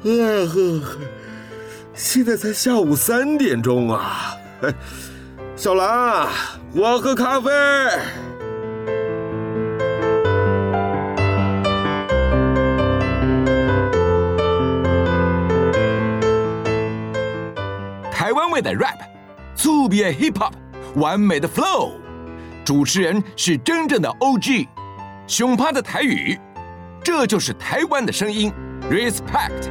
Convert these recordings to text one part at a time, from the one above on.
现在才下午3点钟啊！小兰，我喝咖啡。 台湾味的 rap， 粗鄙的 hip hop， 完美的 flow， 主持人是真正的 OG， 凶趴的台语，这就是台湾的声音 ，respect。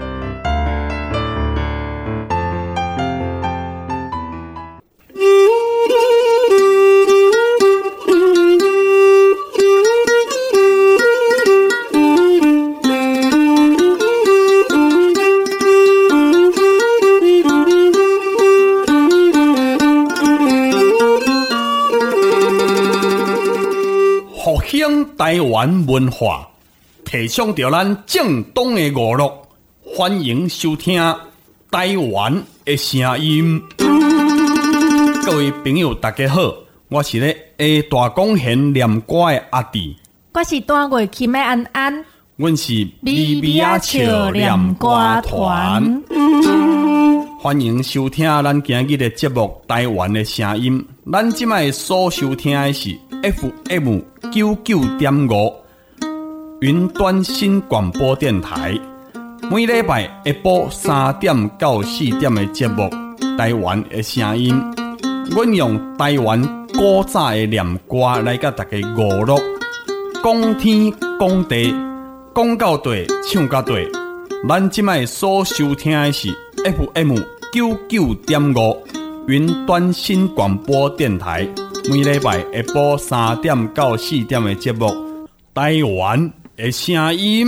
复兴台湾文化，提倡着咱正统的娱乐，欢迎收听台湾的声音。各位朋友，大家好，我是咧下大公园念歌的阿弟， 我是单月琴的安安， 阮是咪咪仔笑念歌团。 欢迎收听咱今日的节目《台湾的声音》。咱即摆所收听的是 FM 99.5云端新广播电台。每礼拜下晡3点到4点的节目《台湾的声音》，阮用台湾古早的念歌来甲大家娱乐，讲天讲地，讲到地唱到地。咱即摆所收听的是 FM 99.5云端新广播电台，每礼拜下晡3点到4点的节目《台湾的声音》。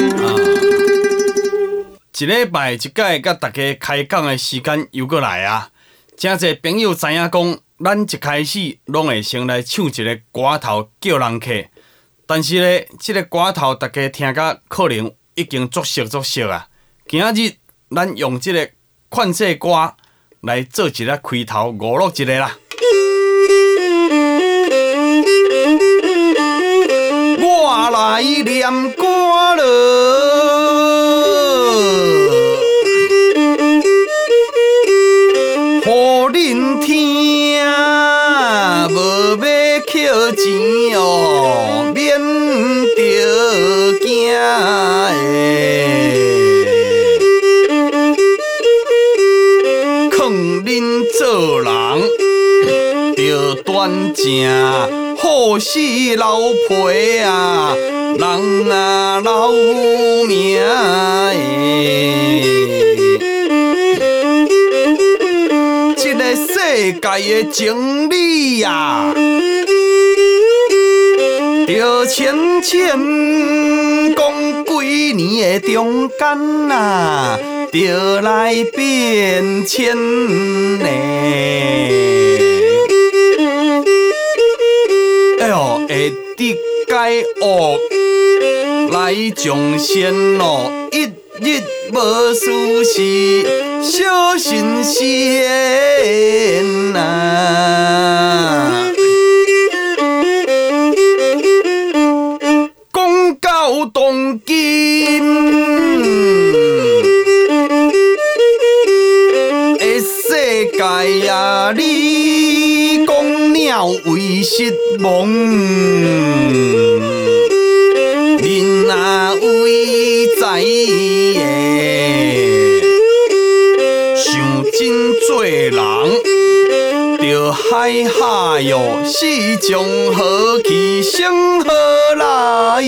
一礼拜一届，甲大家开讲的时间又过来啊！真侪朋友知影讲，咱一开始拢会先来唱一个歌头叫人客，但是咧，这个歌头大家听甲可能已经足熟啊。今日咱用这个款式歌来做一个开头娱乐一个啦。我来念歌了，互恁听，无要扣钱哦，免着惊的。做人着端正，好死老皮啊，人啊老命的。这个世界的情理啊，着浅浅讲几年的中间啊。就来变迁呢！哎呦，会得解学来从先咯，一日无事事，小心先啊！讲到当今。世界啊，你讲鸟为失望，人啊为在的，想真做人，着海海哟，是从何去，生何来？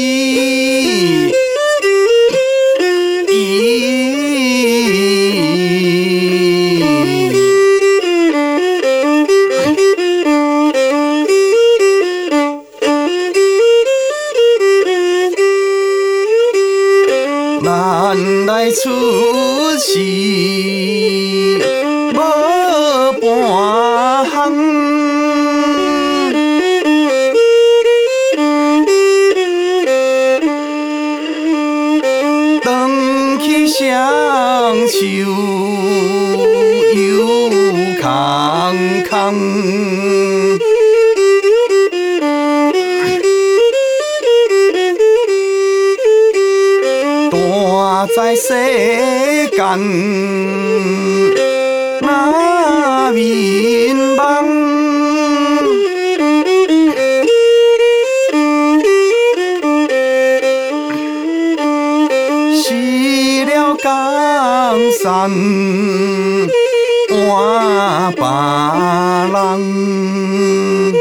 出世无半项，当去双手又空空。大活在世间那迷茫。死了江山换别人。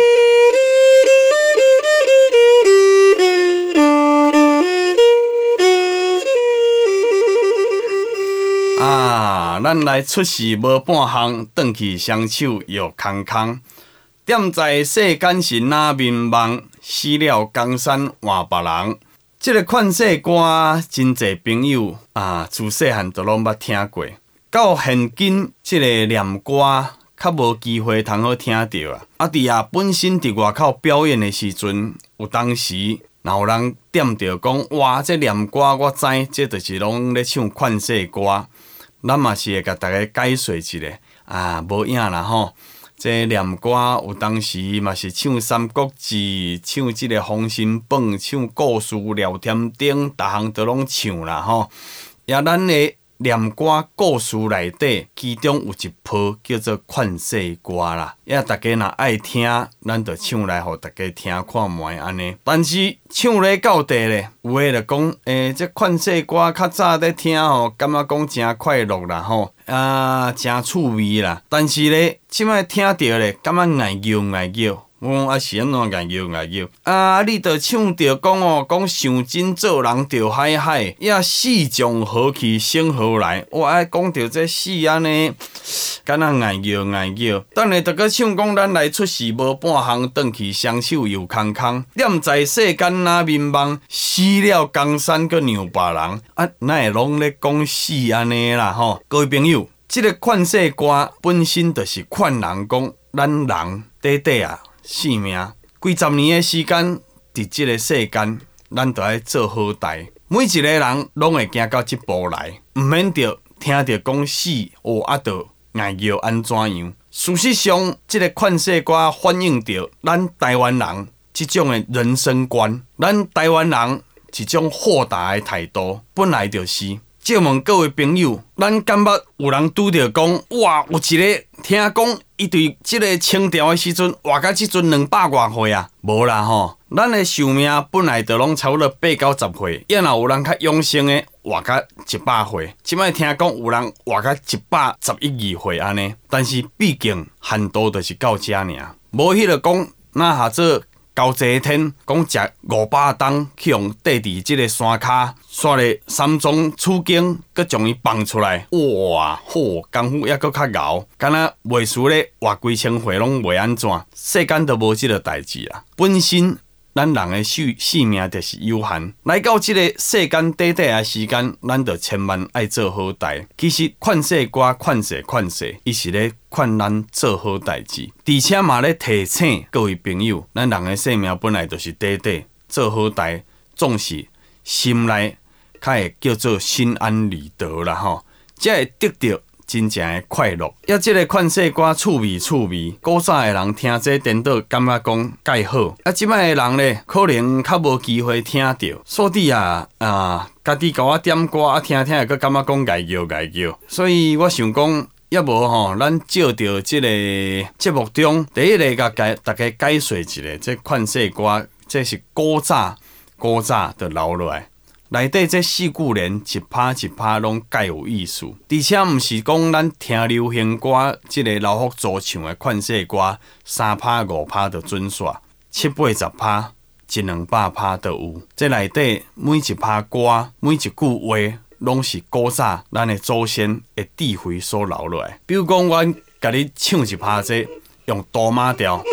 咱来出世无半项，转去双手又空空。踮在世间是哪面梦？死了江山换别人。这个款式歌，真侪朋友自细汉都拢捌听过。到现今，这个念歌较无机会通好听到啊。伫本身伫外口表演的时阵，有当时若有人点着讲，哇，这念歌我知，这就是拢咧唱款式歌。咱嘛是会甲大家解说一下无影啦吼。这念歌有当时嘛是唱《三国志》，唱即个《封神榜》，唱故事《聊天顶》，逐项都拢唱啦吼。也咱的念歌故事内底，其中有一部叫做款式歌啦。也大家若爱听，咱就唱来互大家听看卖安尼。但是唱咧到底咧，有诶就讲，这款式歌较早咧听吼，感觉讲真快乐啦吼，真趣味啦。但是咧，即摆听着咧，感觉爱叫。是安怎爱叫？你着唱着讲讲想真做人着海海，死将何去生何来？爱讲着这死安尼，敢若爱叫。等下着搁唱讲咱来出世无半项，转去双手又空空。踮在世间哪面梦？死了江山搁让别人。哪会拢咧讲死安尼啦吼？各位朋友，这个款式歌本身就是劝人讲，咱人短性命几十年的时间，伫即个世间，咱着爱做好代。每一个人拢会行到即步来，毋免着听着讲死着爱叫安怎样。事实上，即个款式歌反映着咱台湾人即种的人生观，咱台湾人一种豁达的态度，本来就是。借问各位朋友，咱敢捌有人拄着讲，哇，有一个听讲伊对即个清朝的时阵活到即阵200多岁啊？无啦吼，咱的寿命本来就拢差不多8到10岁，也若有人较养生的活到100岁，即摆听讲有人活到111、2岁安尼，但是毕竟限度就是到遮尔，无迄个讲那下做。交一天，讲食500担去用缀伫即个山骹，刷咧3种取经，佮将伊放出来，哇，好功夫还佮较熬，敢若袂输咧活几千岁拢袂安怎，世间都无即个代志啦。本身咱人的性命就是有限，来到即个世间短的时间，咱就千万爱做好代。其实劝世歌劝世，伊是咧劝咱做好代志，而且嘛咧提醒各位朋友，咱人的生命本来就是短，做好代总是心内较会叫做心安理得啦吼，才会得到真正的快乐。即个款式歌趣味，古早的人听这颠倒感觉讲介好，即摆的人咧可能较无机会听到，所以家己甲我点歌听会佫感觉讲爱叫，所以我想讲。要无吼，咱照着即个节目中第一个甲大家解说一下，这款式歌，这是古早就留落来。内底这4句联一拍一拍拢介有意思，而且毋是讲咱听流行歌，即个老福组唱的款式歌，3拍5拍就准煞，7、8、10拍，100-200拍都有。这内底每一拍歌，每一句话。拢是古早咱的祖先的智慧所留落来。比如讲，我甲你唱一拍这用哆马调。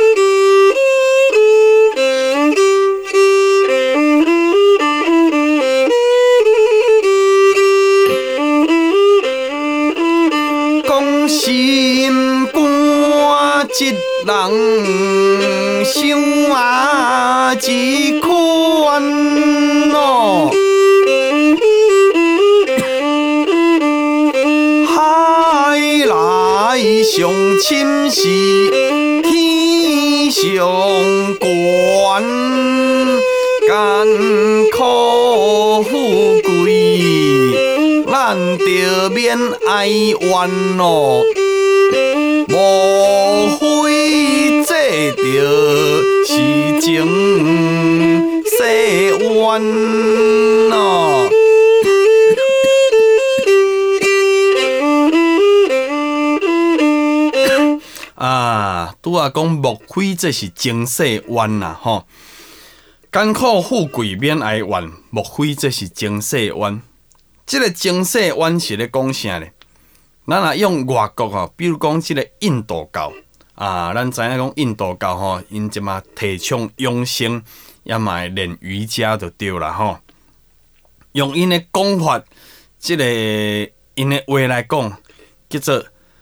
讲心肝一人想一款哦。上深是天上悬，艰苦富贵咱着免哀怨咯，无非这就是情世冤咯。拄啊讲莫非这是情世冤啦吼，艰苦富贵免哀怨，莫非这是情世冤。这个情世冤是咧讲啥咧？咱若用外国吼，比如讲这个印度教咱知影讲印度教吼，因即马提倡养生，也嘛会练瑜伽就对啦吼。用因的讲法，这个因的话来讲，叫做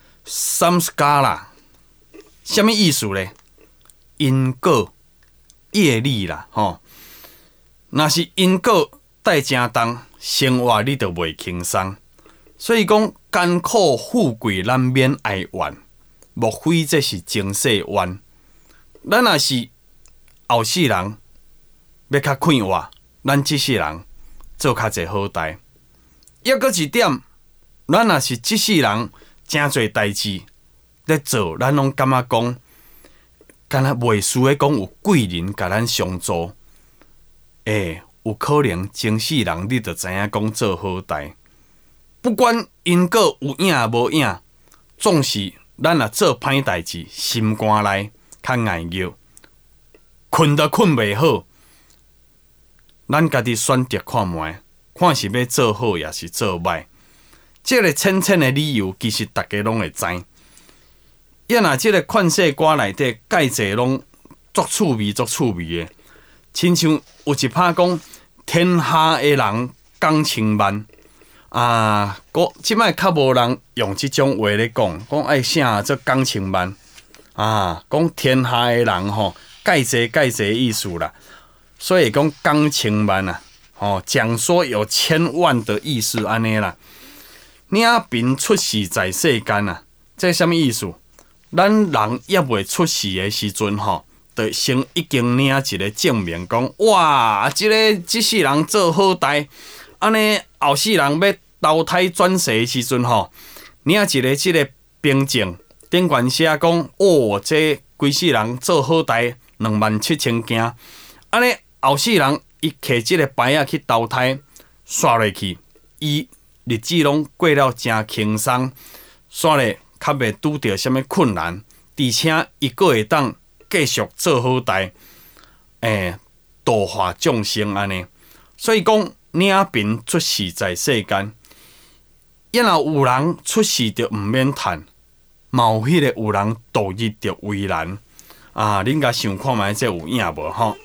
samskara。什么意思咧？因果、业力啦，吼。若是因果带正重，生活你就袂轻松。所以讲艰苦富贵难免哀怨，莫非这是情世冤？咱若是后世人要较快活，咱这世人做较侪好代。抑搁一点，咱若是这世人真侪代志。咧做，咱拢感觉讲，敢若袂输诶，讲有贵人甲咱相助，有可能前世人你就知影讲做好代。不管因果有影无影，总是咱若做歹代志，心肝内较爱拗，困都困袂好。咱家己选择看觅，看是要做好也是做歹。这个浅浅的理由，其实大家拢会知。因若即个劝世歌内底，介济拢足趣味的，亲像有一拍讲天下的人讲千万即摆较无人用即种话咧讲啥做讲千万讲天下的人吼，介济意思啦，所以讲讲千万讲说有千万的意思安尼啦。领兵出世在世间这什么意思？咱人也未出世的时阵就先已经领一个证明，讲哇，这世人做好代，安尼后世人要投胎转世的时阵领一个这个凭证，顶悬写讲这规世人做好代27000件，安尼后世人伊摕这个牌去投胎刷落去，伊日子拢过了真轻松，刷咧。较袂拄着什么困难，而且伊阁会当继续做好代，度化众生安尼。所以讲，领兵出世在世间，若有人出世就毋免叹，嘛有迄个有人度日就为难恁甲想看觅这有影无吼？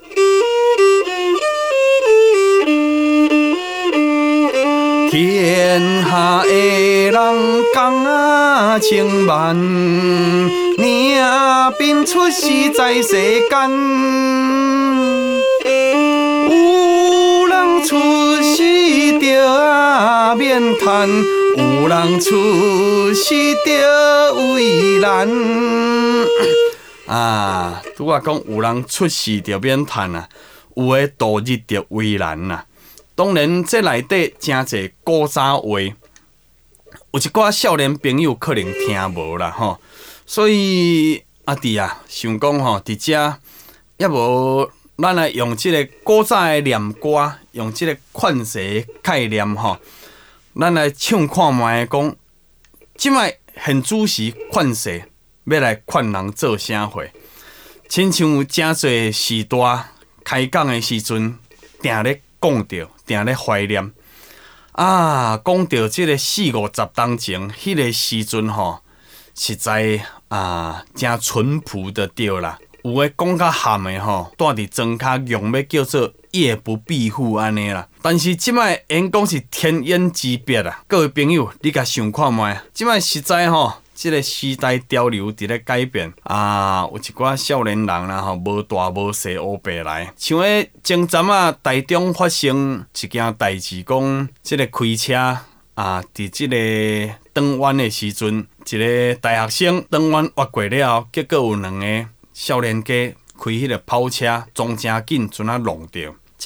天下的人讲千万，领兵出世在世间。有人出世着免叹，有人出世着为难。拄仔讲有人出世着免叹有诶度日着为难当然，这内底真侪古早话，有一寡少年朋友可能听无啦吼。所以阿弟想讲伫遮也无咱来用即个古早的念歌，用即个劝世概念咱来唱看觅讲，即摆现主时劝世要来劝人做啥货？亲像真侪时代开讲的时阵，定咧讲着。定咧怀念讲到即个40-50当前，迄个时阵实在真淳朴的对啦。有诶讲较含诶带伫庄骹用要叫做夜不闭户安尼啦。但是即摆因讲是天渊之别各位朋友，你甲想看觅，即摆实在即个时代潮流伫咧改变有一寡少年人啦无大无细乌白来，像迄前阵台中发生一件代志，讲即个开车伫即个转弯的时阵，一个大学生转弯越过了后，结果有2个少年家开迄个跑车，撞真紧，阵弄着。即个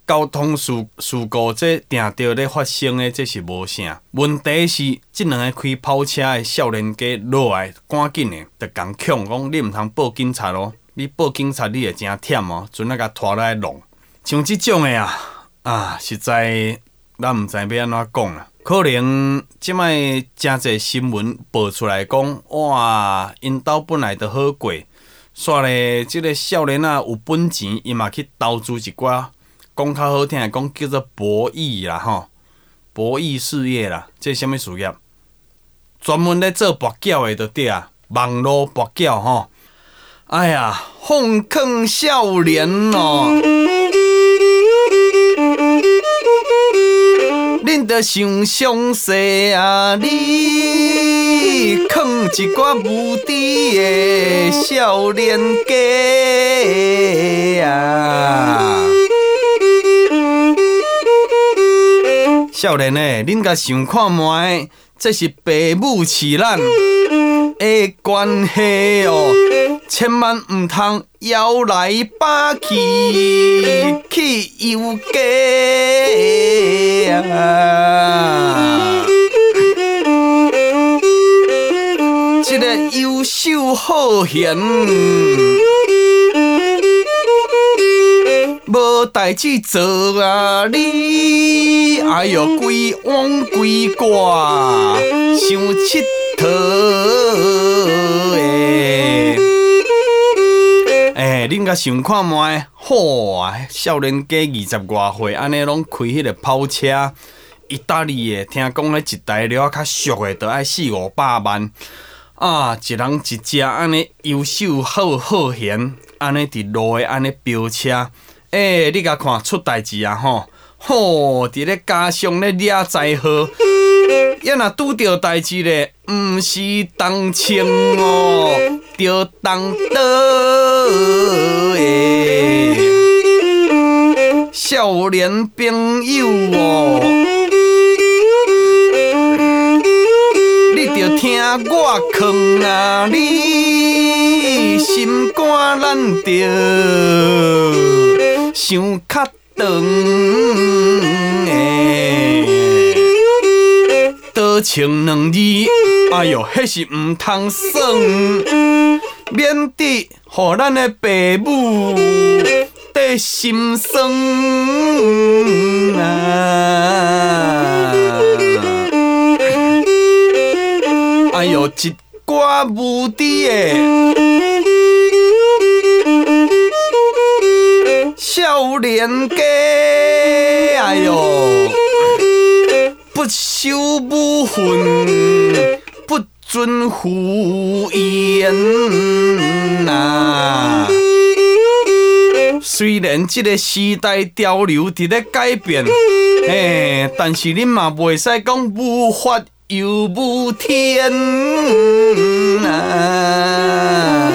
交通事故这定着咧发生的，这是无啥问题。是这两个开跑车的少年家落来，赶紧的，就共呛讲你毋通报警察咯，你报警察你会真忝哦，阵啊甲拖来弄。像即种的实在咱毋知要安怎讲啦。可能即摆真侪新闻报出来讲，哇，因兜本来就好过，煞咧即个少年有本钱，伊嘛去投资一寡。讲较好听的讲叫做博弈啦吼，博弈事业啦，这是什么事业？专门咧做博缴的就对啊，网络博缴吼。哎呀，奉劝少年哦，恁着想详细啊，你劝一寡无知的少年家啊。少年诶，恁甲想看觅，这是爸母饲咱的关系哦，千万毋通摇来摆去去游街啊！一个优秀好贤。无代志做啊，你哎哟规枉规挂，想佚佗恁甲想看觅，好啊！少年家20外岁，安尼拢开迄个跑车，意大利的，听讲咧一台了较俗的，着爱400-500万啊！一人一只安尼优秀好贤，安尼伫路的安尼飙车。你甲看出代志啊吼，伫咧家乡咧掠灾祸，要若拄着代志咧，毋是同情哦，着同道诶，少年朋友哦，你着听我劝啊，你心肝咱着。想较长诶，多情2字，哎哟，迄是毋通算，免得互咱的爸母得心酸啊！哎哟，一寡无知诶。少年家，哎哟，不修武训，不准胡言呐。虽然这个时代潮流伫咧改变，但是恁嘛袂使讲无法又无天呐。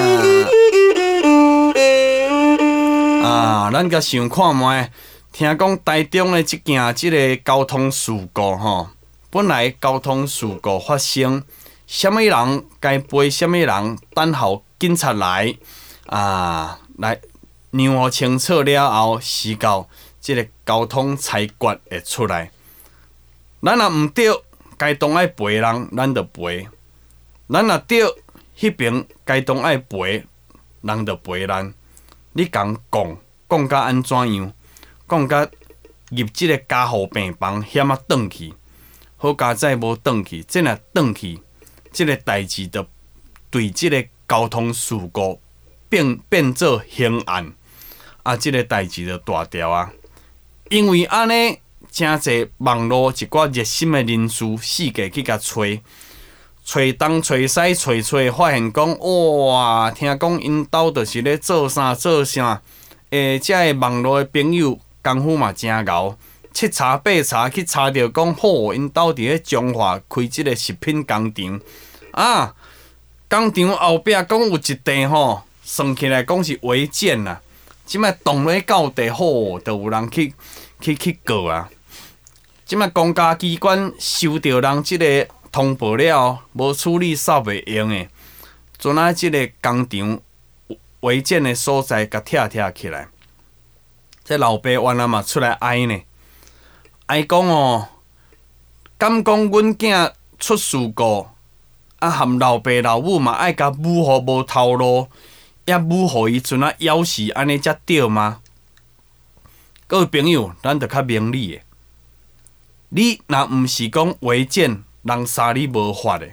咱甲想看觅，听讲台中的即件个交通事故吼，本来交通事故发生，什么人该赔什么人，等候警察来来让我清楚了后，时到即个交通裁决会出来。咱若毋对，该当爱赔人，咱就赔；咱若对，迄边该当爱赔，人就赔咱。你共讲甲安怎样？讲甲入即个加护病房险啊转去，好佳哉无转去，这若转去，即个代志就对即个交通事故变做刑案啊！即个代志就大条啊！因为安尼，真侪网络一寡热心的人士四界去甲找东找西找，发现讲哇，听讲因兜就是咧做啥，遮个网络的朋友功夫嘛真牛，七查八查去查到讲，因兜伫咧中华开即个食品工厂啊，工厂后壁讲有一地吼，算起来讲是违建啦，即摆动咧到地就有人去告啊。即摆公家机关收到人即个通报了，无处理扫袂用诶，阵啊即个工厂违建诶所在，甲拆起来。 这老爸原来嘛出来哀呢，哀讲哦，敢讲阮囝出事故，含老爸老母嘛爱甲母互无头路，也母互伊阵啊枵死安尼才对吗？各位朋友，咱着较明理的，你若毋是讲违建，人杀你无法的，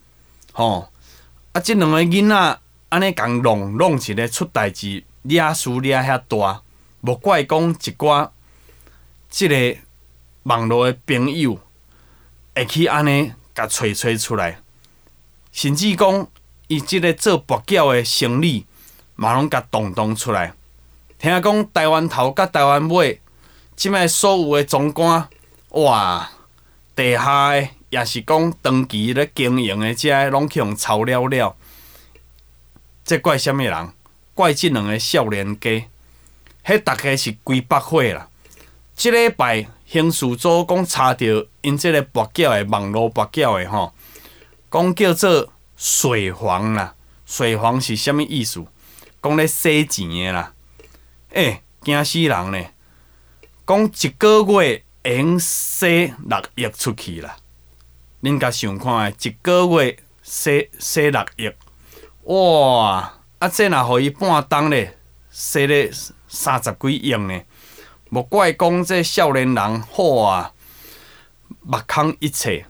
即两个囡仔安尼共弄一个出代志，惹事惹遐大。无怪讲一寡即个网络的朋友会去安尼甲吹出来，甚至讲伊即个做博缴的生意嘛拢甲动出来。听讲台湾头甲台湾尾，即摆所有的总管，哇，地下的也是讲长期咧经营的，遮个拢去用炒了。这怪什么人？怪即两个少年家。迄大概是几百岁啦。即礼拜刑事组讲查到因即个博缴的网络博缴的讲叫做水黄啦。水黄是啥物意思？讲咧洗钱的啦。惊死人呢！讲一个月会用洗6亿出去啦。恁甲想看一个月洗6亿，哇！这若互伊半当咧，洗咧30几亿呢，无怪讲这少年人好啊，目空一切。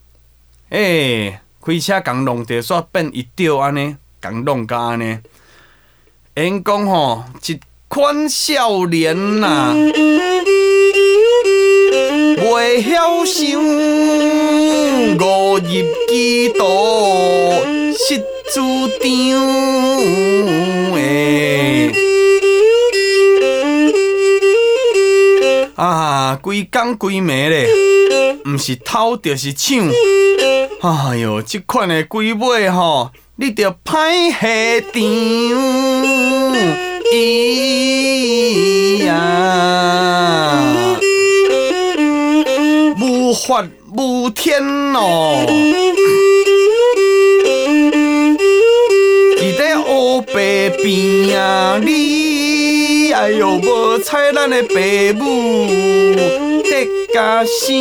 开车共弄着煞变一吊安尼，共弄甲安尼。因讲一款少年袂晓想，误入歧途，失主张规工规暝咧，毋是偷就是抢。哎哟，即款的规尾你着歹下场。无法无天哦，伫咧黑白边你哎哟，无睬咱的爸母，得甲死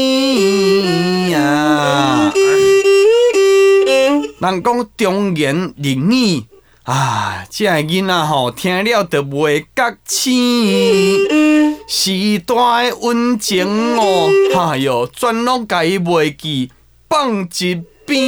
人讲忠言逆耳这个囡仔听了就袂觉醒，时代的温情哎哟，全拢甲伊袂记，放一边。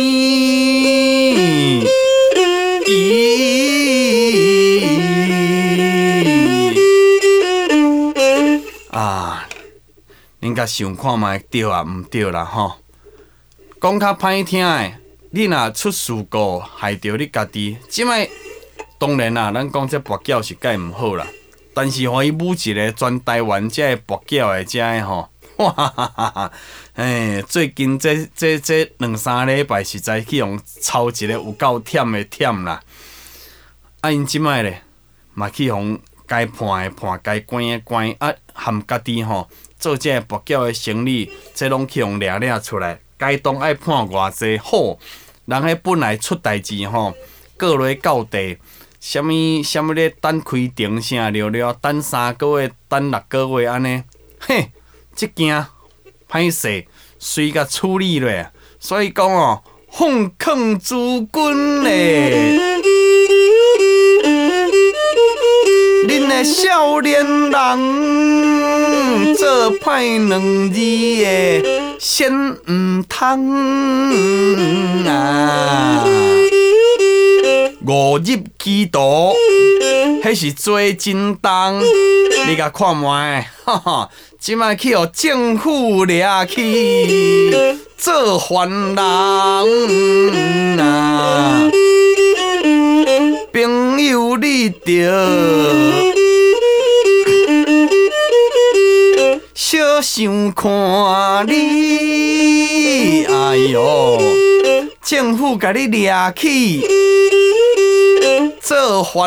恁甲想看卖对啊，毋对啦讲较歹听的，你若出事故害着你家己，即摆当然啦，咱讲这博缴是介毋好啦。但是互伊母一个全台湾这个博缴的这个哇最近这2-3礼拜实在去用抄一个有够忝的忝啦。因即摆咧嘛去用该判的判，该关的关含家己做这个博缴的生意，这拢去用掠出来。该当爱判偌济好，人迄本来出代志过落到地，什么咧等开庭啥了，等3个月，等6个月安尼，即件歹势，随甲处理咧。所以讲奉劝诸君咧，恁的少年人做歹2字的，先毋通误入歧途，迄是做真重。你甲看卖，即摆去互政府掠去做犯人朋友你着小想看你，哎哟，政府甲你掠去做犯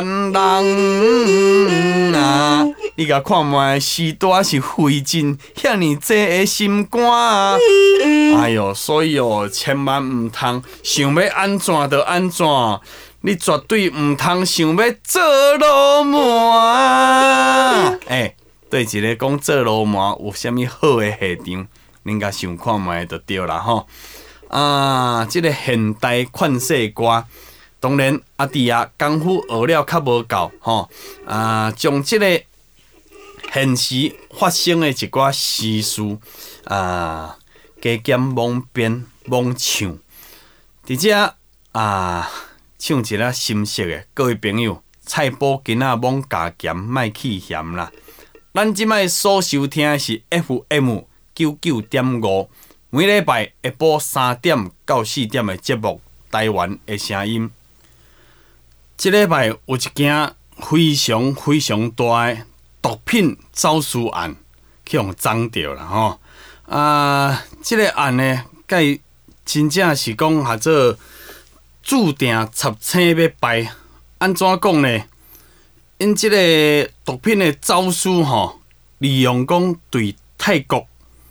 人你甲看卖，时代是费尽遐尼济的心肝哎哟，所以千万毋通想要安怎就安怎，你绝对毋通想要做落满对一个讲做流氓有啥物好的下场，恁甲想看觅就对啦吼。即个现代款式歌，当然伫功夫学了较无够吼。将即个现实发生的一寡时事加减罔编罔唱，伫遮唱一个深色的，各位朋友，菜脯囡仔罔加咸，莫去嫌啦。咱即摆所收听的是 FM99.5，每礼拜下晡3点到4点的节目《台湾的声音》。即礼拜有一件非常非常大的毒品走私案，去互撞着啦吼。即个案呢，甲真正是讲做注定插青要败。安怎讲呢？因即个毒品的走私吼，利用讲对泰国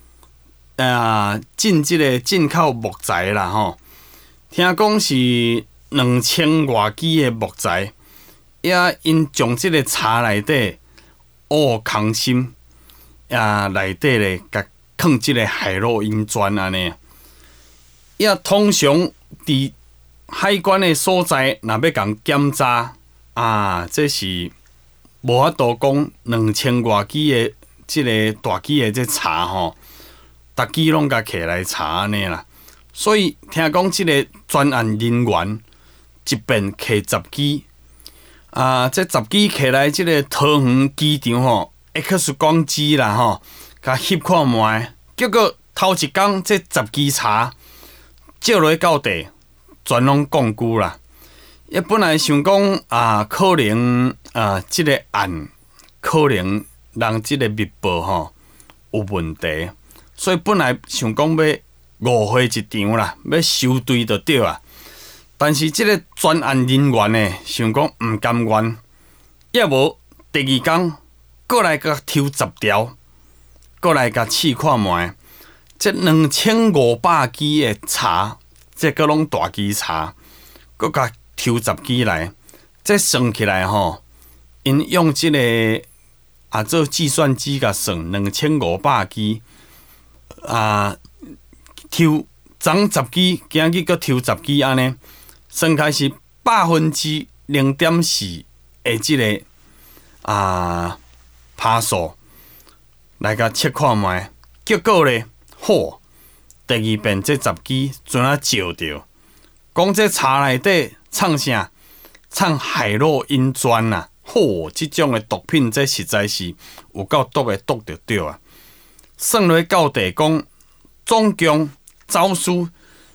进口木材啦吼，听讲是2000外支的木材，也因将即个茶内底空心内底咧，甲放即个海洛因砖安尼，也通常伫海关的所在，若要共检查这是无法度讲2000外支的即个大支的这茶吼，逐支拢甲摕来查安尼啦。所以听讲即个专案人员一遍摕10支，这10支摕来即个桃园机场吼 X 光机啦吼，甲翕看觅，结果头一工这10支茶照落到地，全拢讲久啦。伊本来想讲可能即个案可能让即个密报吼有问题，所以本来想讲要误会一场啦，要收队就对啊。但是即个专案人员呢，想讲毋甘愿，也无第二工过来甲抽10条，过来甲试看觅，这2500支的茶，这个拢大支茶，搁甲抽10支来，这算起来吼，因用即个做计算机甲算2500支抽昨10支，今日搁抽10支安尼，算起来是0.4%的即个趴数来甲测看觅，结果咧，第二遍这10支准照着，讲这茶内底藏啥？藏海洛因砖啊！即种的毒品，这实在是有够毒的，毒着对啊！算落到地讲，总共走私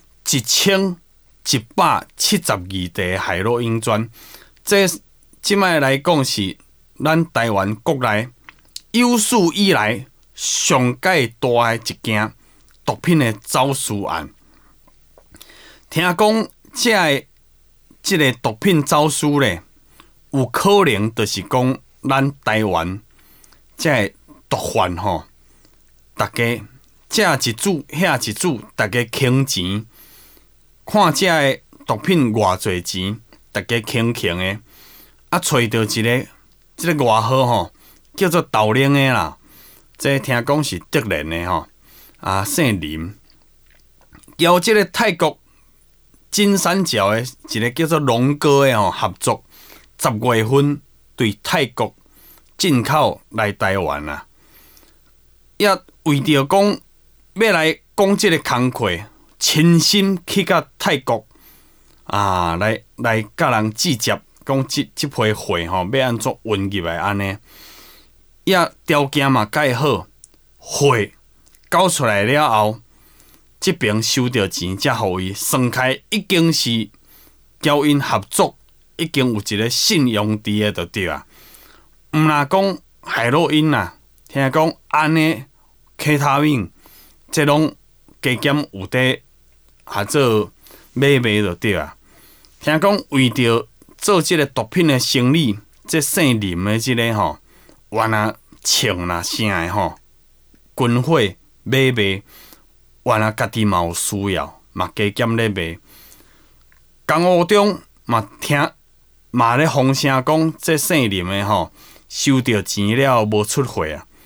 1172袋海洛因砖，这即摆来讲是咱台湾国内有史以来上界大的一件毒品的走私案。听讲即个毒品走私咧，有可能就是讲咱台湾这毒贩吼，大家这一组遐一组，大家倾钱，看这个毒品偌侪钱，大家倾的，找到一个即个外号吼，叫做豆奶的啦。这听讲是德兰的吼，姓林，邀即个泰国金三角的一个叫做龙哥的合作，10月份对泰国进口来台湾啊，也为着讲要来讲即个工课，亲身去到泰国来甲人直接讲即批货吼要安怎运入来安尼，也条件嘛介好，货交出来了后。这边收到钱，才互伊算开，已经是交因合作，已经有一个信用伫的，就对啊。毋若讲海洛因啊，听讲安尼 K 他命，这拢加减有得做买卖就对啊。听讲为着做这个毒品的生意，这姓林的这个吼，原来枪啦啥的吼，军火买卖。原来家己嘛有需要，嘛加减咧卖。公务中嘛咧风声讲，这姓林的吼收到钱了无出货啊，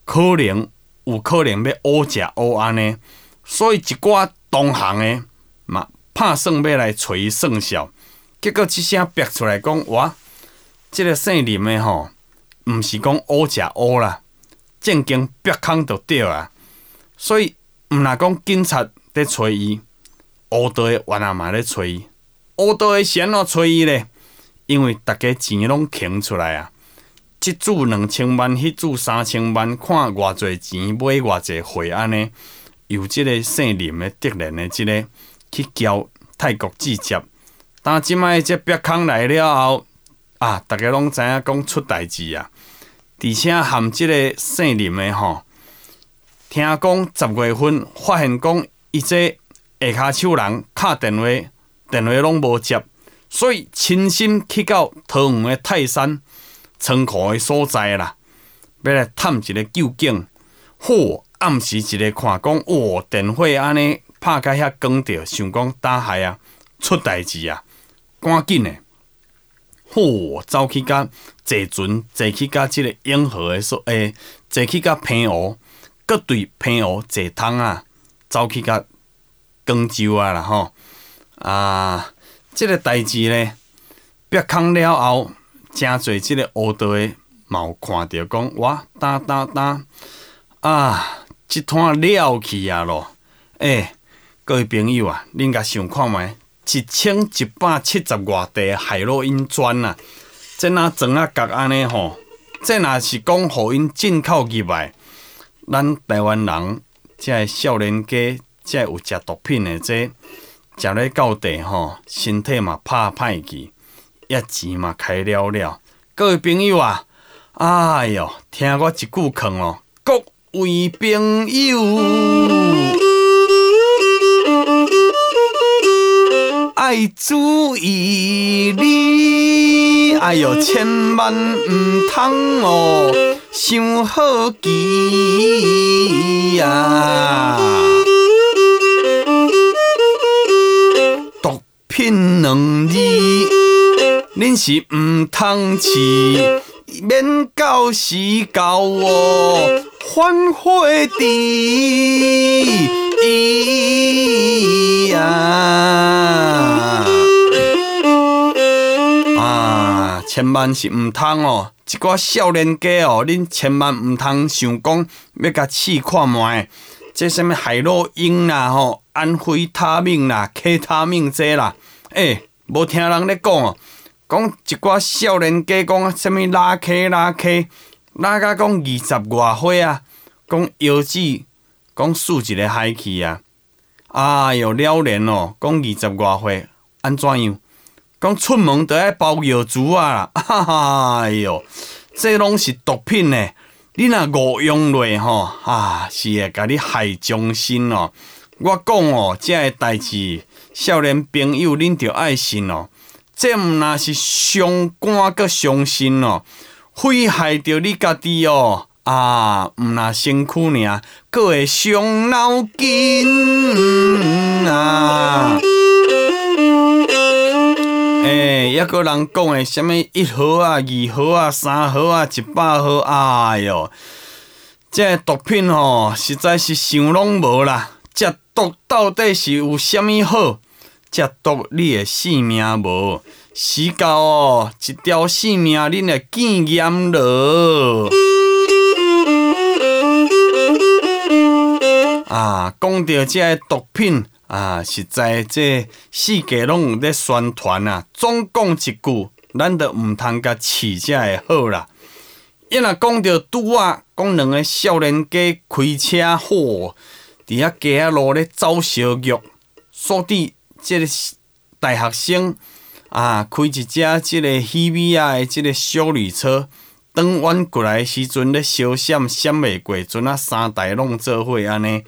有可能要乌食乌安呢，所以一寡同行的嘛拍算要来找伊算数，结果即声逼出来讲，哇，即个姓林的吼，毋是讲乌食乌啦，正经逼空就对啊。所以毋若讲警察在找伊，乌道的冤案嘛咧找伊，乌道的是安怎找伊咧？因为大家钱拢倾出来啊，即组2000万，迄组3000万，看偌侪钱买偌侪货安尼，由即个姓林的德仁的即个去交泰国记接。当即摆这逼空来了后，啊，大家拢知影讲出代志啊，而且含即个姓林的吼，听讲10月份发现讲伊这下骹手人敲电话拢无接。所以亲身去到桃园的泰山仓库的所在啦，要来探一个究竟。暗时一个看讲，电话安尼拍甲遐光着，想讲打害啊，出代志啊，赶紧的。走去甲坐船，坐去甲即个永和的坐去甲平湖，搁对平湖坐汤啊，走去甲广州啊啦吼即个代志咧，逼空了后，真侪即个乌道的嘛有看到讲，哇，即摊了去啊咯！各位朋友啊，恁甲想看觅，1170外地海洛因砖啊，这若装啊角安尼吼，这若是讲互因进口入来，咱台湾人这少年家，这有食毒品的这。食咧到地吼，身体嘛拍歹去，也钱嘛开了了。各位朋友啊，哎哟，听我一句劝哦，各位朋友，爱注意你，哎哟，千万唔通哦，想好奇呀。品2字，恁是毋通饲，免到时到哦，反悔千万是毋通哦，一寡少年家哦，恁千万毋通想讲要甲试看觅，这什么海洛因啦吼，安非他命啦、K 他命这啦。无听人咧讲哦，讲一寡少年家讲什么拉 K，拉甲讲20外岁啊，讲腰子讲竖一个海去啊，哎哟了然哦，讲20外岁安怎样？讲出门就爱包药珠啊啦，哎哟，这拢是毒品呢，你若误用落吼，是会甲你害终身哦。我讲哦，这个代志。少年朋友，恁着爱信哦，这毋若是伤肝阁伤身哦，危害着你家己哦，毋若身躯尔，阁会伤脑筋啊！抑个人讲的什么1盒啊、2盒啊、3盒啊、100盒，哎哟，这毒品哦，实在是想拢无啦。食毒到底是有啥物好？食毒你会性命无？死到哦，一条性命恁会见验落。讲到这个毒品实在这世界拢有咧宣传啊。总讲一句，咱就毋通甲饲才会好啦。伊若讲到拄啊，讲两个少年家开车伫遐街仔路咧走小玉，锁定即个大学生开一只即个喜美的即个小旅车，转弯过来的时阵咧小闪袂过，阵3台拢做伙安尼，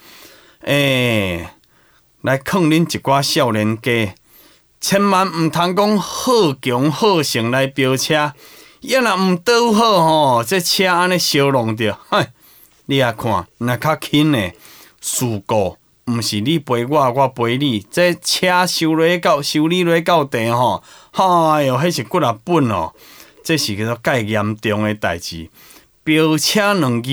来劝恁一寡少年家，千万毋通讲好强好胜来飙车，要若毋倒好吼，这车安尼烧弄着，你啊看，若较轻的事故。毋是你陪我，我陪你。这车修理落到地吼，哎哟，迄是骨本哦。这是叫做介严重的代志。飙车2字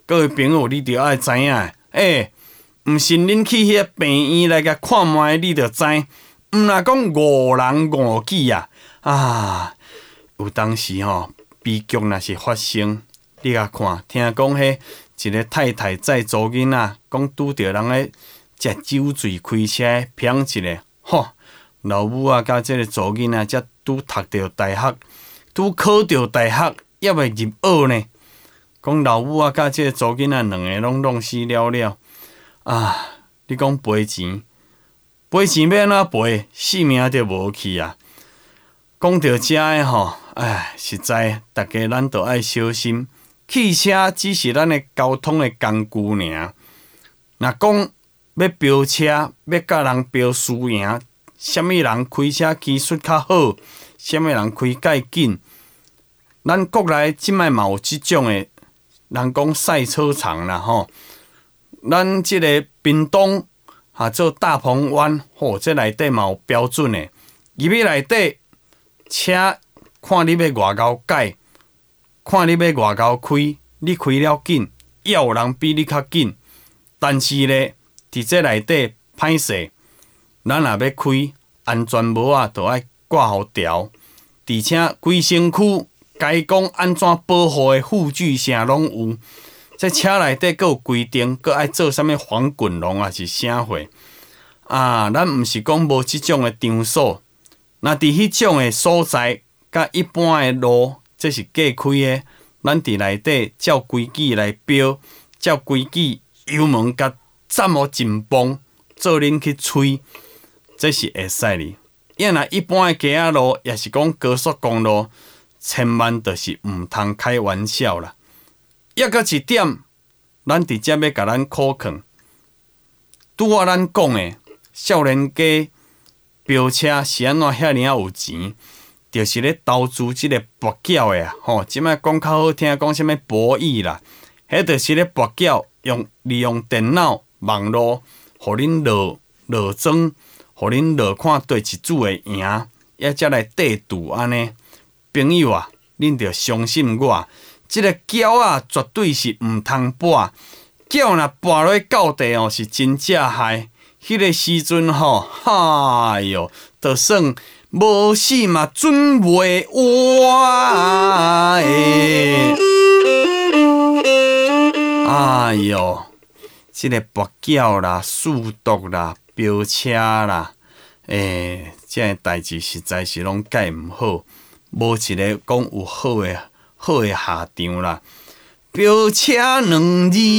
各位朋友，你着爱知影，毋是恁去迄个病院来甲看卖，你着知，毋若讲误人误己啊！有当时悲剧若是发生，你甲看，听讲迄一个太太载查囡仔，讲拄着人咧食酒醉开车，偏一个，老母啊，甲即个查囡仔才拄读着大学，拄考着大学，还未入学呢。讲老母啊，甲即个查囡仔两个拢死了了啊！你讲赔钱要安怎赔？性命就无去啊！讲到遮的实在大家咱都爱小心。汽车只是咱的交通的工具尔。若讲要飙车，要甲人飙输赢，什么人开车技术较好，什么人开介紧？咱国内即摆嘛有即种的，人讲赛车场啦咱即个屏东做大鹏湾，这内底嘛有标准的。入去内底车，看你要偌高改，看你要偌高开，你开了紧，也有人比你较紧。但是咧，伫这内底歹势，咱若要开安全帽就爱挂好条，而且规身躯该讲安怎保护的护具啥拢有。这车内底佫有规定，佫爱做啥物防滚笼啊是啥货咱毋是讲无即种的场所，若伫迄种的所在，甲一般的路，这是隔开的，咱伫内底照规矩来标，照规矩油门甲站好真磅，做恁去吹，这是会使哩。因若一般的街仔路，也是讲高速公路，千万就是毋通开玩笑啦。抑搁一点，咱直接要甲咱考劝。拄我咱讲的，少年家飙车是安怎遐尔有钱？就是咧投资即个博缴的即摆讲较好听，讲啥物博弈啦，迄就是咧博缴，利用电脑、网络，互恁落庄，互恁落看对一组会赢，也才来对赌安尼。朋友啊，恁着相信我。即个饺绝对是毋通拔，饺若拔落到地是真正害。迄个时阵哎哟，就算无死嘛，准袂活哎哟，即个拔饺啦、速毒啦、飙车啦，这代志实在是拢介毋好，无一个讲有好的下场啦。飙车两字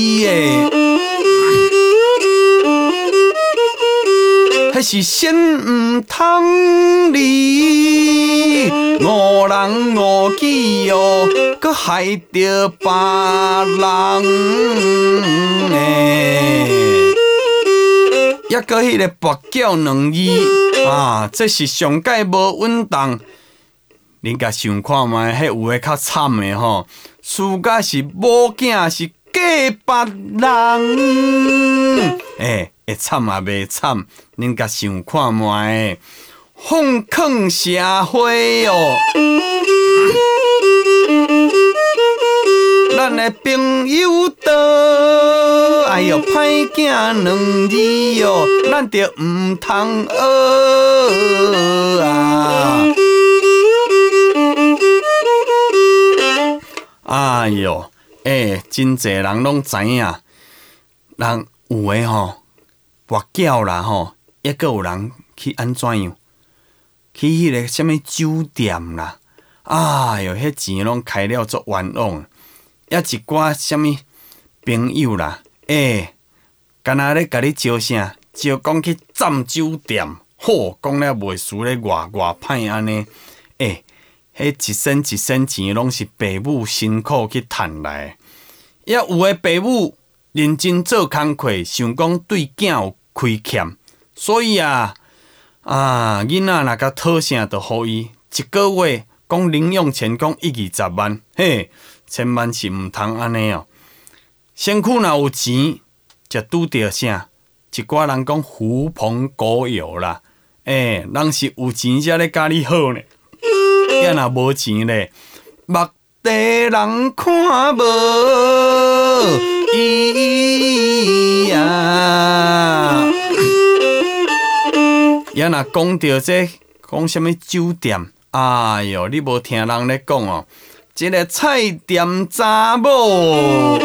迄是先毋通离，误人误己佮害着别人抑佮迄个跋筊两字这是上界无稳当。恁甲想看卖，迄有诶较惨诶输甲是某囝是嫁别人，会惨也袂惨。恁甲想看卖，放坑社会咱诶朋友多，哎哟，歹囝两字咱着毋通学哎哟，真济人拢知影，人有诶跋筊啦抑阁有人去安怎样？去迄个什物酒店啦，哎哟，迄钱拢开了足冤枉，抑一寡什物朋友啦，干那咧甲你招啥？招讲去占酒店，讲了袂输咧偌歹安尼，迄一身一身钱拢是爸母辛苦去赚来，也有诶爸母认真做工课，想讲对囝有亏欠，所以囡仔若甲讨啥就互伊，一个月讲零用钱讲1-20万，千万是毋通安尼身躯若有钱，就拄着啥？一寡人讲狐朋狗友啦，人是有钱才咧甲你好呢。也若无钱咧，目地人看无， 咿呀！也若讲到这，讲什么酒店？哎哟，你无听人咧讲哦，一个菜店查某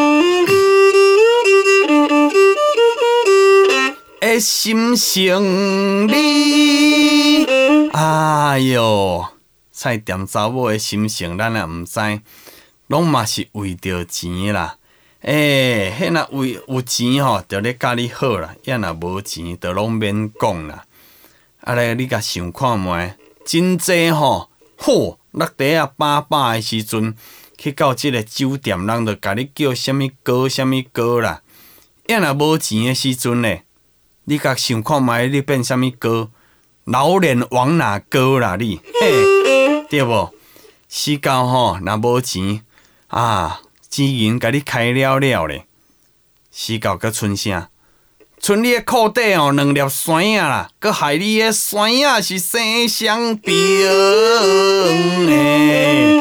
的心情里，哎哟，菜店查某的心情，咱也毋知，拢嘛是为着钱啦。迄若为有钱吼，就咧甲你好啦；也若无钱，就拢免讲啦。啊咧，你甲想看觅，真济吼，好落地啊饱的时阵，去到即个酒店，人就甲你叫什么糕什么糕啦。也若无钱的时阵咧，你甲想看觅，你变什么糕？老脸往哪糕啦你？嘿，对无？死到吼，若无钱啊！钱银甲你开了了咧，死到阁剩啥？剩你的裤底哦，2粒酸仔啦，阁害你的酸仔是生相病诶！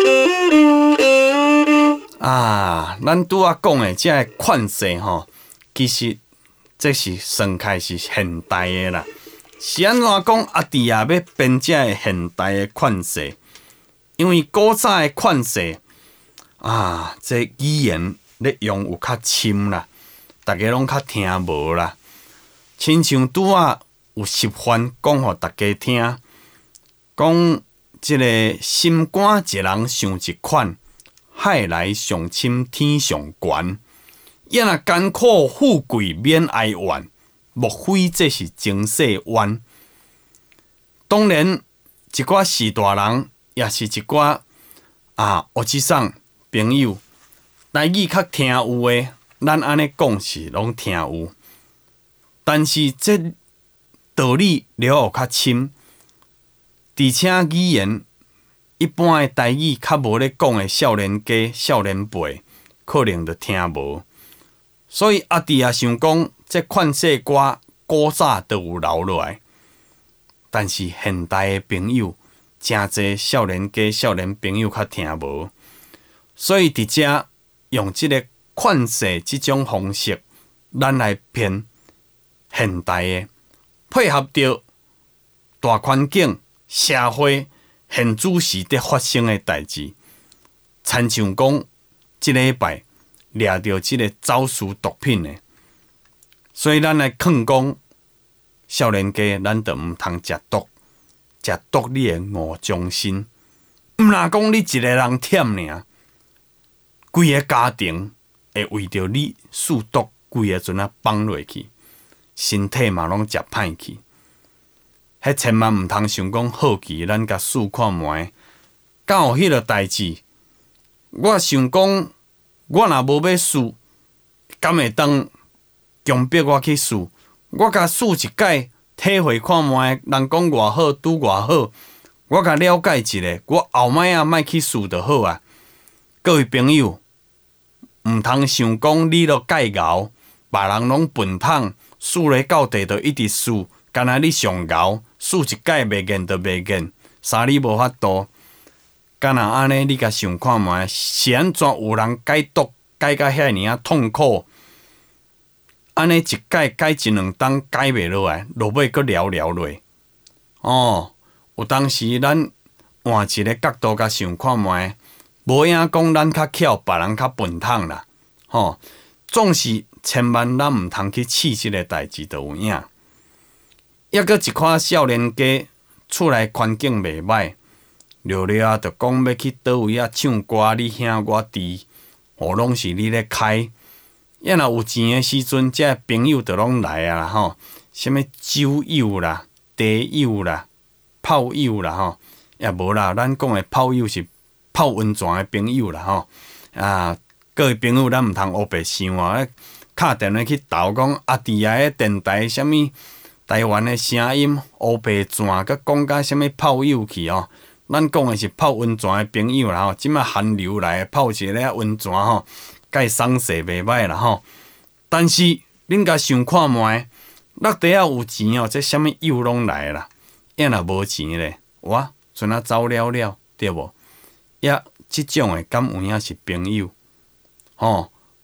啊，咱拄仔讲的这个款式吼，其实这是算开是现代的啦。是安怎讲阿弟也要编这个现代的款式？因为古早的款式。啊，这语言咧用有较深啦，大家拢较听无啦。亲像拄仔有10番讲互大家听，讲即个心肝一人想一款，海来上深天上悬。也若艰苦富贵免哀怨，莫非这是情势冤？当然，一寡士大人，也是一寡学生上。朋友，台语较听有诶，咱安尼讲是拢听有，但是这道理了后较深，而且语言一般诶台语较无咧讲诶少年家、少年辈，可能就听无。所以阿弟也想讲，这款式歌古早都有留落来，但是现代诶朋友真侪少年家、少年朋友较听无。所以伫遮用即个款式即种方式，咱来编现代的，配合着大环境、社会现主时伫发生的代志，亲像讲即礼拜掠着即个走私毒品的，所以咱来劝讲少年家，咱就毋通食毒，食毒你会误终身，毋若讲你一个人忝尔。规个家庭会为着你试毒，规个阵啊放落去，身体嘛拢食歹去。迄千万毋通想讲好奇，咱甲试看觅。敢有迄个代志？我想讲，我若无要试，敢会当强迫我去试？我甲试一摆，体会看觅，人讲偌好，拄偌好，我甲了解一下，我后摆啊莫去试就好啊。各位朋友，毋通想讲你都介敖，别人拢笨桶，试咧到地就一直试，干那你上敖，试一摆袂瘾就袂瘾，啥你无法度。干那安尼，你甲想看觅，是安怎有人解毒解到遐尔啊痛苦？安尼一解一两冬解袂落来，落尾阁聊落。哦，有当时咱换一个角度甲想看觅。无影讲咱较巧，别人较笨桶啦，吼！总是千万咱毋通去试即个代志，就有影。抑阁一款少年家，厝内环境袂歹，了啊，就讲要去倒位啊唱歌，你兄我弟，拢是你咧开。抑若有钱诶时阵，这朋友就拢来啊啦，吼！什物酒友啦、茶友啦、炮友啦，吼！也无啦，咱讲诶炮友是。泡温泉的朋友啦吼，各位朋友，咱毋通黑白想啊！敲电话去斗讲阿弟啊，迄电台什物台湾的声音黑白泉，佮讲甲什物泡友去哦。咱讲的是泡温泉的朋友啦吼，即摆寒流来泡一个温泉吼，介爽势袂歹啦吼。但是恁甲想看觅，落地啊有钱哦，这什物友拢来啦。抑若无钱咧，哇，阵啊走了对无？也即种诶，敢有影是朋友？吼，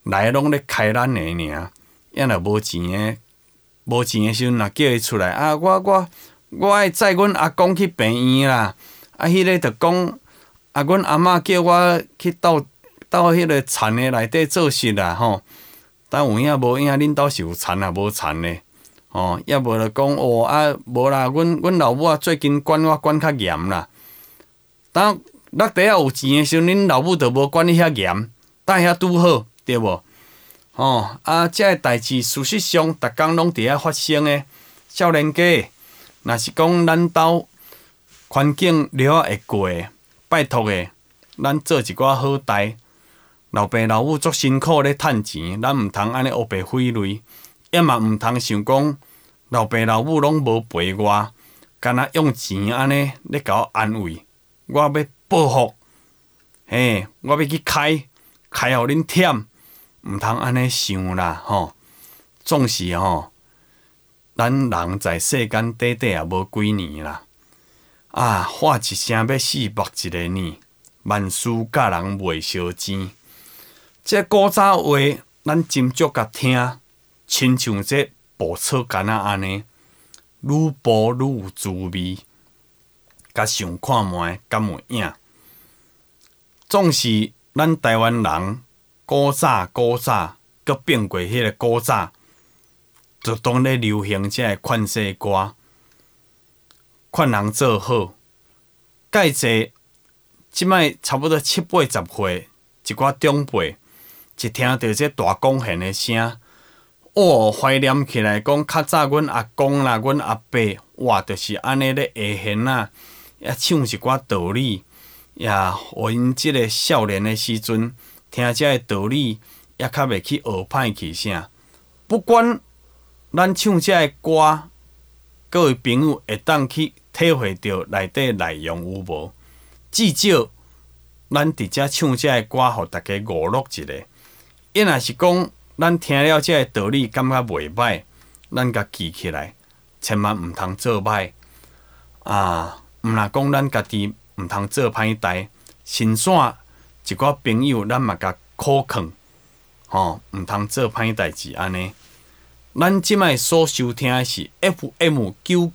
来拢咧开咱的尔，也若无钱的时阵，若叫伊出来啊，我爱载阮阿公去病院啦。啊，迄个就讲啊，阮阿嬷叫我去到迄个田的内底做事啦吼。但有影无影，恁兜是有田啊，无田的哦。也无就讲哦啊，无啦，阮老母啊，最近管我管较严啦。当落地啊有钱的时阵，恁老母就无管你遐严，等遐拄好，对无？哦啊，这个代志事实上，逐工拢伫遐发生的。少年家，若是讲咱兜环境了会过，拜托的，咱做一寡好代。老爸老母足辛苦咧趁钱，咱毋通安尼黑白费泪，也嘛毋通想讲老爸老母拢无陪我，干那用钱安尼咧甲我安慰，我要报复，嘿，我要去开互恁忝，毋通安尼想啦吼。总是吼，咱人在世间短短也无几年啦，啊，话一声要死，目一个呢，万事甲人袂相争。这古早话，咱斟酌甲听，亲像这步草干仔安尼，愈步愈有滋味。甲想看觅，敢有影？总是咱台湾人古早，佮变过迄个古早，就当咧流行这个款式歌，劝人做好。介济，即摆差不多70-80岁，一寡长辈。一听到这大贡献的声，哦，怀念起来讲，较早阮阿公啦，阮阿伯，哇，就是安尼咧下弦啊，也唱一寡道理，也互因即个少年的时阵，听这个道理，也较袂去学歹去啥。不管咱唱这个歌，各位朋友会当去体会到内底内容有无？至少咱伫遮唱这个歌，互大家娱乐一下。伊若是讲，咱听了这个道理，感觉袂歹，咱甲记起来，千万毋通做歹啊！毋若讲咱家己毋通做歹代，心散一寡朋友，咱嘛甲苦劝，吼，毋通做歹代志安尼。咱即摆所收听的是 FM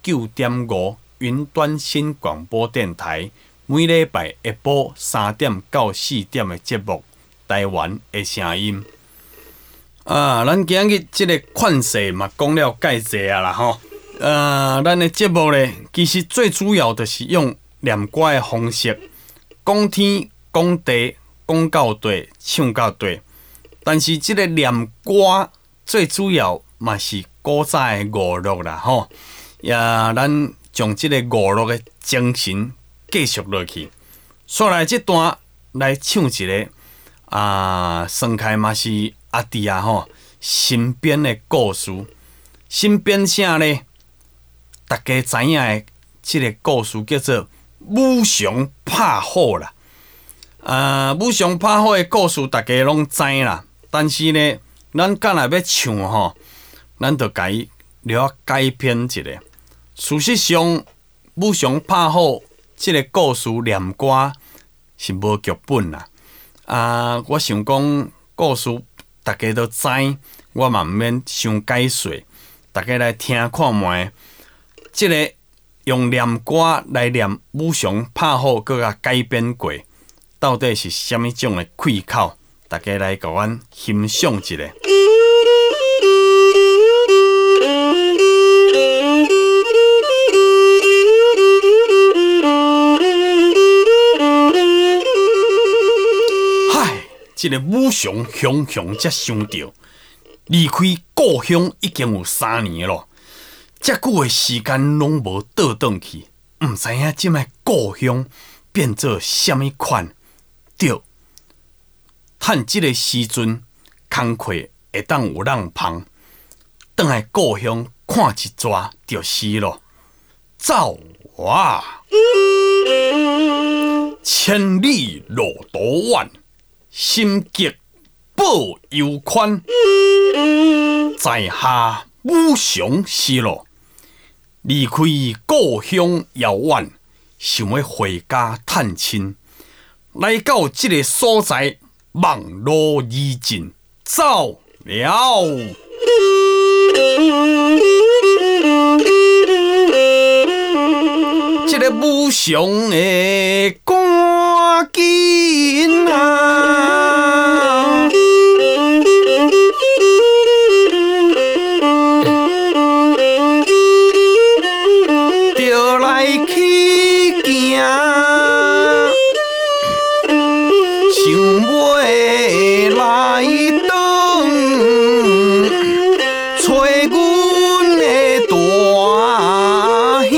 99.5云端新广播电台，每礼拜下晡3点到4点的节目。台湾的声音啊，咱今日这个款式嘛讲了介济啊啦吼。咱的节目咧，其实最主要就是用念歌的方式，讲天讲地，讲到地，唱到地。但是这个念歌最主要嘛是古早的娱乐啦吼。也咱将这个娱乐的精神继续落去。说来这段来唱一个。算开嘛是阿弟啊吼，身边的故事，身边啥呢？大家知影的这个故事叫做武松拍虎啦。武松拍虎的故事大家拢知啦，但是呢，咱敢若要唱吼，咱就甲伊了改编一下。事实上，武松拍虎这个故事念歌是无剧本啦。我想讲故事大家都知，我嘛毋免伤解说，大家来听看觅。即个用念歌来念武松拍虎，佮甲改编过，到底是虾米种的气口？大家来甲阮欣赏一下。这个武松雄才想到，离开故乡已经有3年了，遮久的时间拢无倒转去，毋知影即摆故乡变做什么款。对，趁即个时阵，工课会当有人芳，转来故乡看一抓就是咯。走啊！千里路途远。心急报忧宽，在下武松是咯，离开故乡遥远，想要回家探亲。来到这个所在，望路而进， 走了。这个武雄的赶紧啊！就来去行，想要来等，找阮的大兄。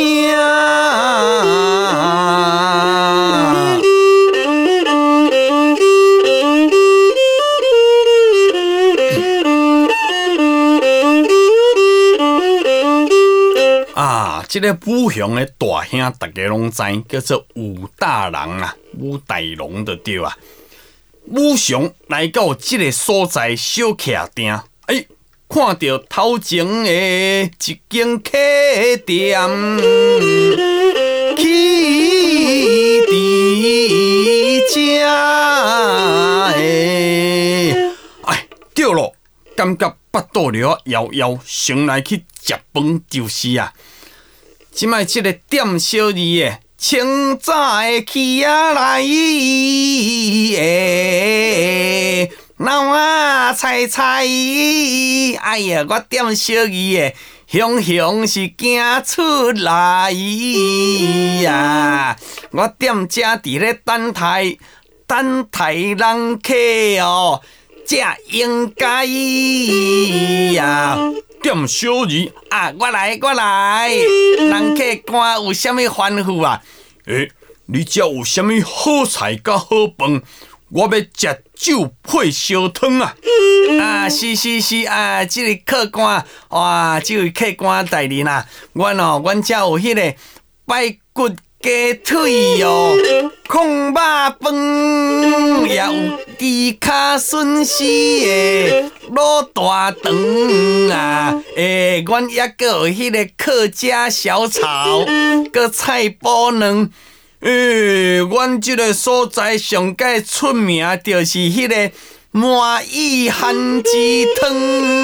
这个武雄的大兄，大家拢知，叫做武大郎啊，武大郎就对啊。武雄来到这个所在小客店，看到头前的一间客店，去伫遮对咯，感觉腹肚了枵枵，想来去食饭就是啊。即摆即个店小二诶，清早诶起来诶，闹啊菜菜，哎呀，我店小二诶，雄雄是行出来呀！我店遮伫咧等待人客哦，这应该呀。店小二啊，我来，人客看有啥物吩咐啊？你遮有啥物好菜甲好饭？我要食酒配烧汤啊！是啊，这个客官哇，这位客官大人啊，阮遮有迄个排骨鸡腿哦，控肉饭，也有猪脚笋丝的卤大肠啊，阮也阁有迄个客家小炒，阁菜脯卵。阮即个所在上界出名，就是迄个满意番薯汤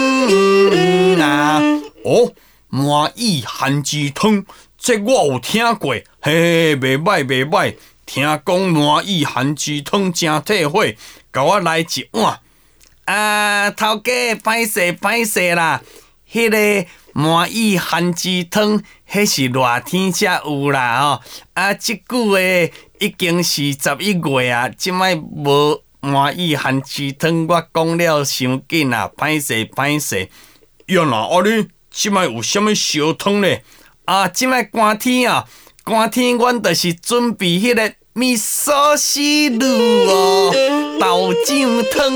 啊！满意番薯汤，这我有听过，袂歹。听讲满意番薯汤真退火，甲我来一碗。头家歹势啦，迄个满意番薯汤，迄是热天才有啦即久诶已经是11月啊，即摆无满意番薯汤，我讲了伤紧啊，歹势。原来你即摆有啥物烧汤咧？即摆寒天阮就是准备迄个味噌丝卤豆浆汤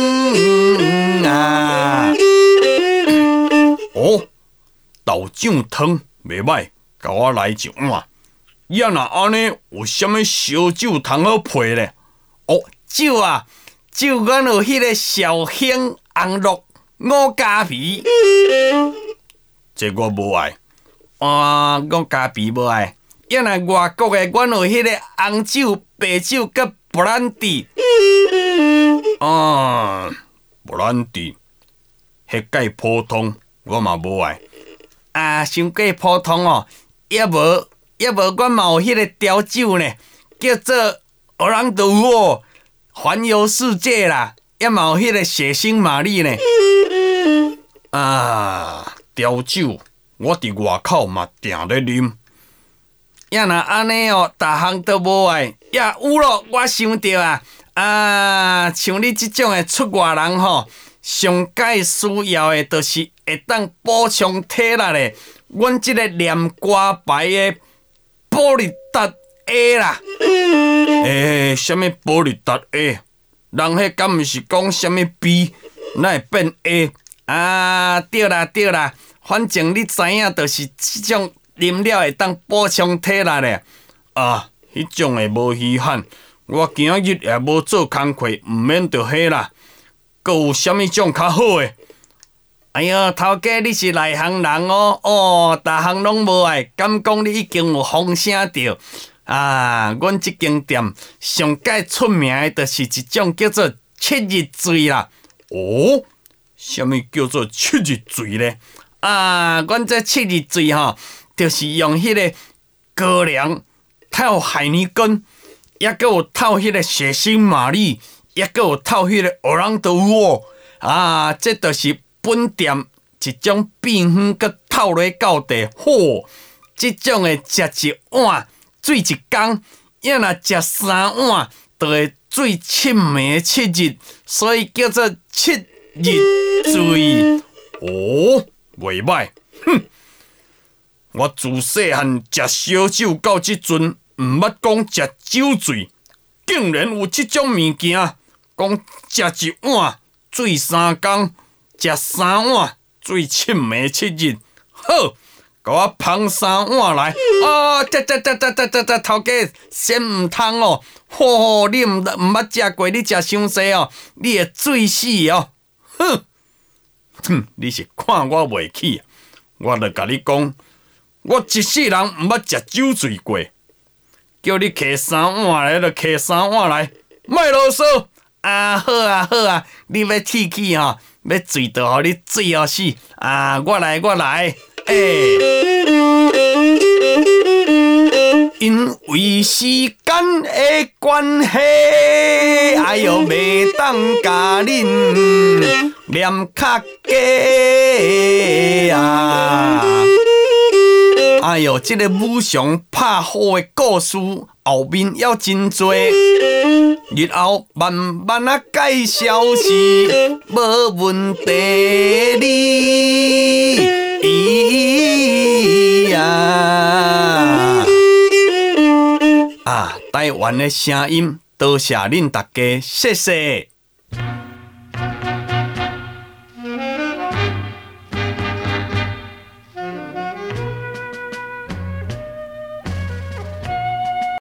啊！豆浆汤袂歹，甲我来一碗。要若安尼，有啥物烧酒通好配咧？酒阮有迄个绍兴红鹿五加皮，这我无爱。五加皮无爱。要若外国的，阮有迄个红酒、白酒甲布兰迪。布兰迪，迄介普通，我嘛无爱。伤过普通也无，阮嘛有迄个调酒呢，叫做奥朗多环游世界啦，也嘛有迄个血腥玛丽呢。调酒，我伫外口嘛定咧啉。要若安尼逐项都无爱，也有咯，我想着像你即种的出外人上界需要的，就是会当补充体力的。阮即个念歌牌的保利达 A 啦。什么保利达 A？ 人迄敢毋是讲什么 B？ 哪会变 A？ 对啦，反正你知影，就是即种啉了会当补充体力的。迄种的无稀罕。我今日也无做工课，毋免着迄啦。阁有啥物种较好诶？哎哟，头家你是内行人逐项拢无爱，敢讲你已经有风声着？阮即间店上界出名诶，就是一种叫做七日醉啦。 哦，什么叫做七日醉呢？啊，阮这七日醉吼，就是用迄个高粱套海尼根，也搁有套迄个血腥玛丽，也搁有套迄个奥朗德沃啊，这就是本店一种变方，搁套落到地。嚯，这种的食一碗醉一工，要若食3碗，就会醉七暝7日，所以叫做七日醉。哦，袂歹，哼！我自细汉食烧酒到即阵，毋捌讲食酒醉，竟然有即种物件。讲食一碗醉3工，食3碗醉七暝7日。好，甲我捧3碗来。哦，头家先毋通哦。吼，你毋捌食过，你食伤济哦，你会醉死哦。哼，你是看我袂起，我著甲你讲，我一世人毋捌食酒醉过。叫你摕3碗来，就摕3碗来，莫啰嗦。啊，好啊，好啊，你要铁气吼，要醉倒，互你醉哦死。啊，我来。因为时间的关系，哎哟，袂当甲恁念较假啊！哎哟，这个武松拍好的故事后面要真多，日后慢慢啊介绍是无问题哩呀！啊，台湾的声音，多谢恁大家，谢谢。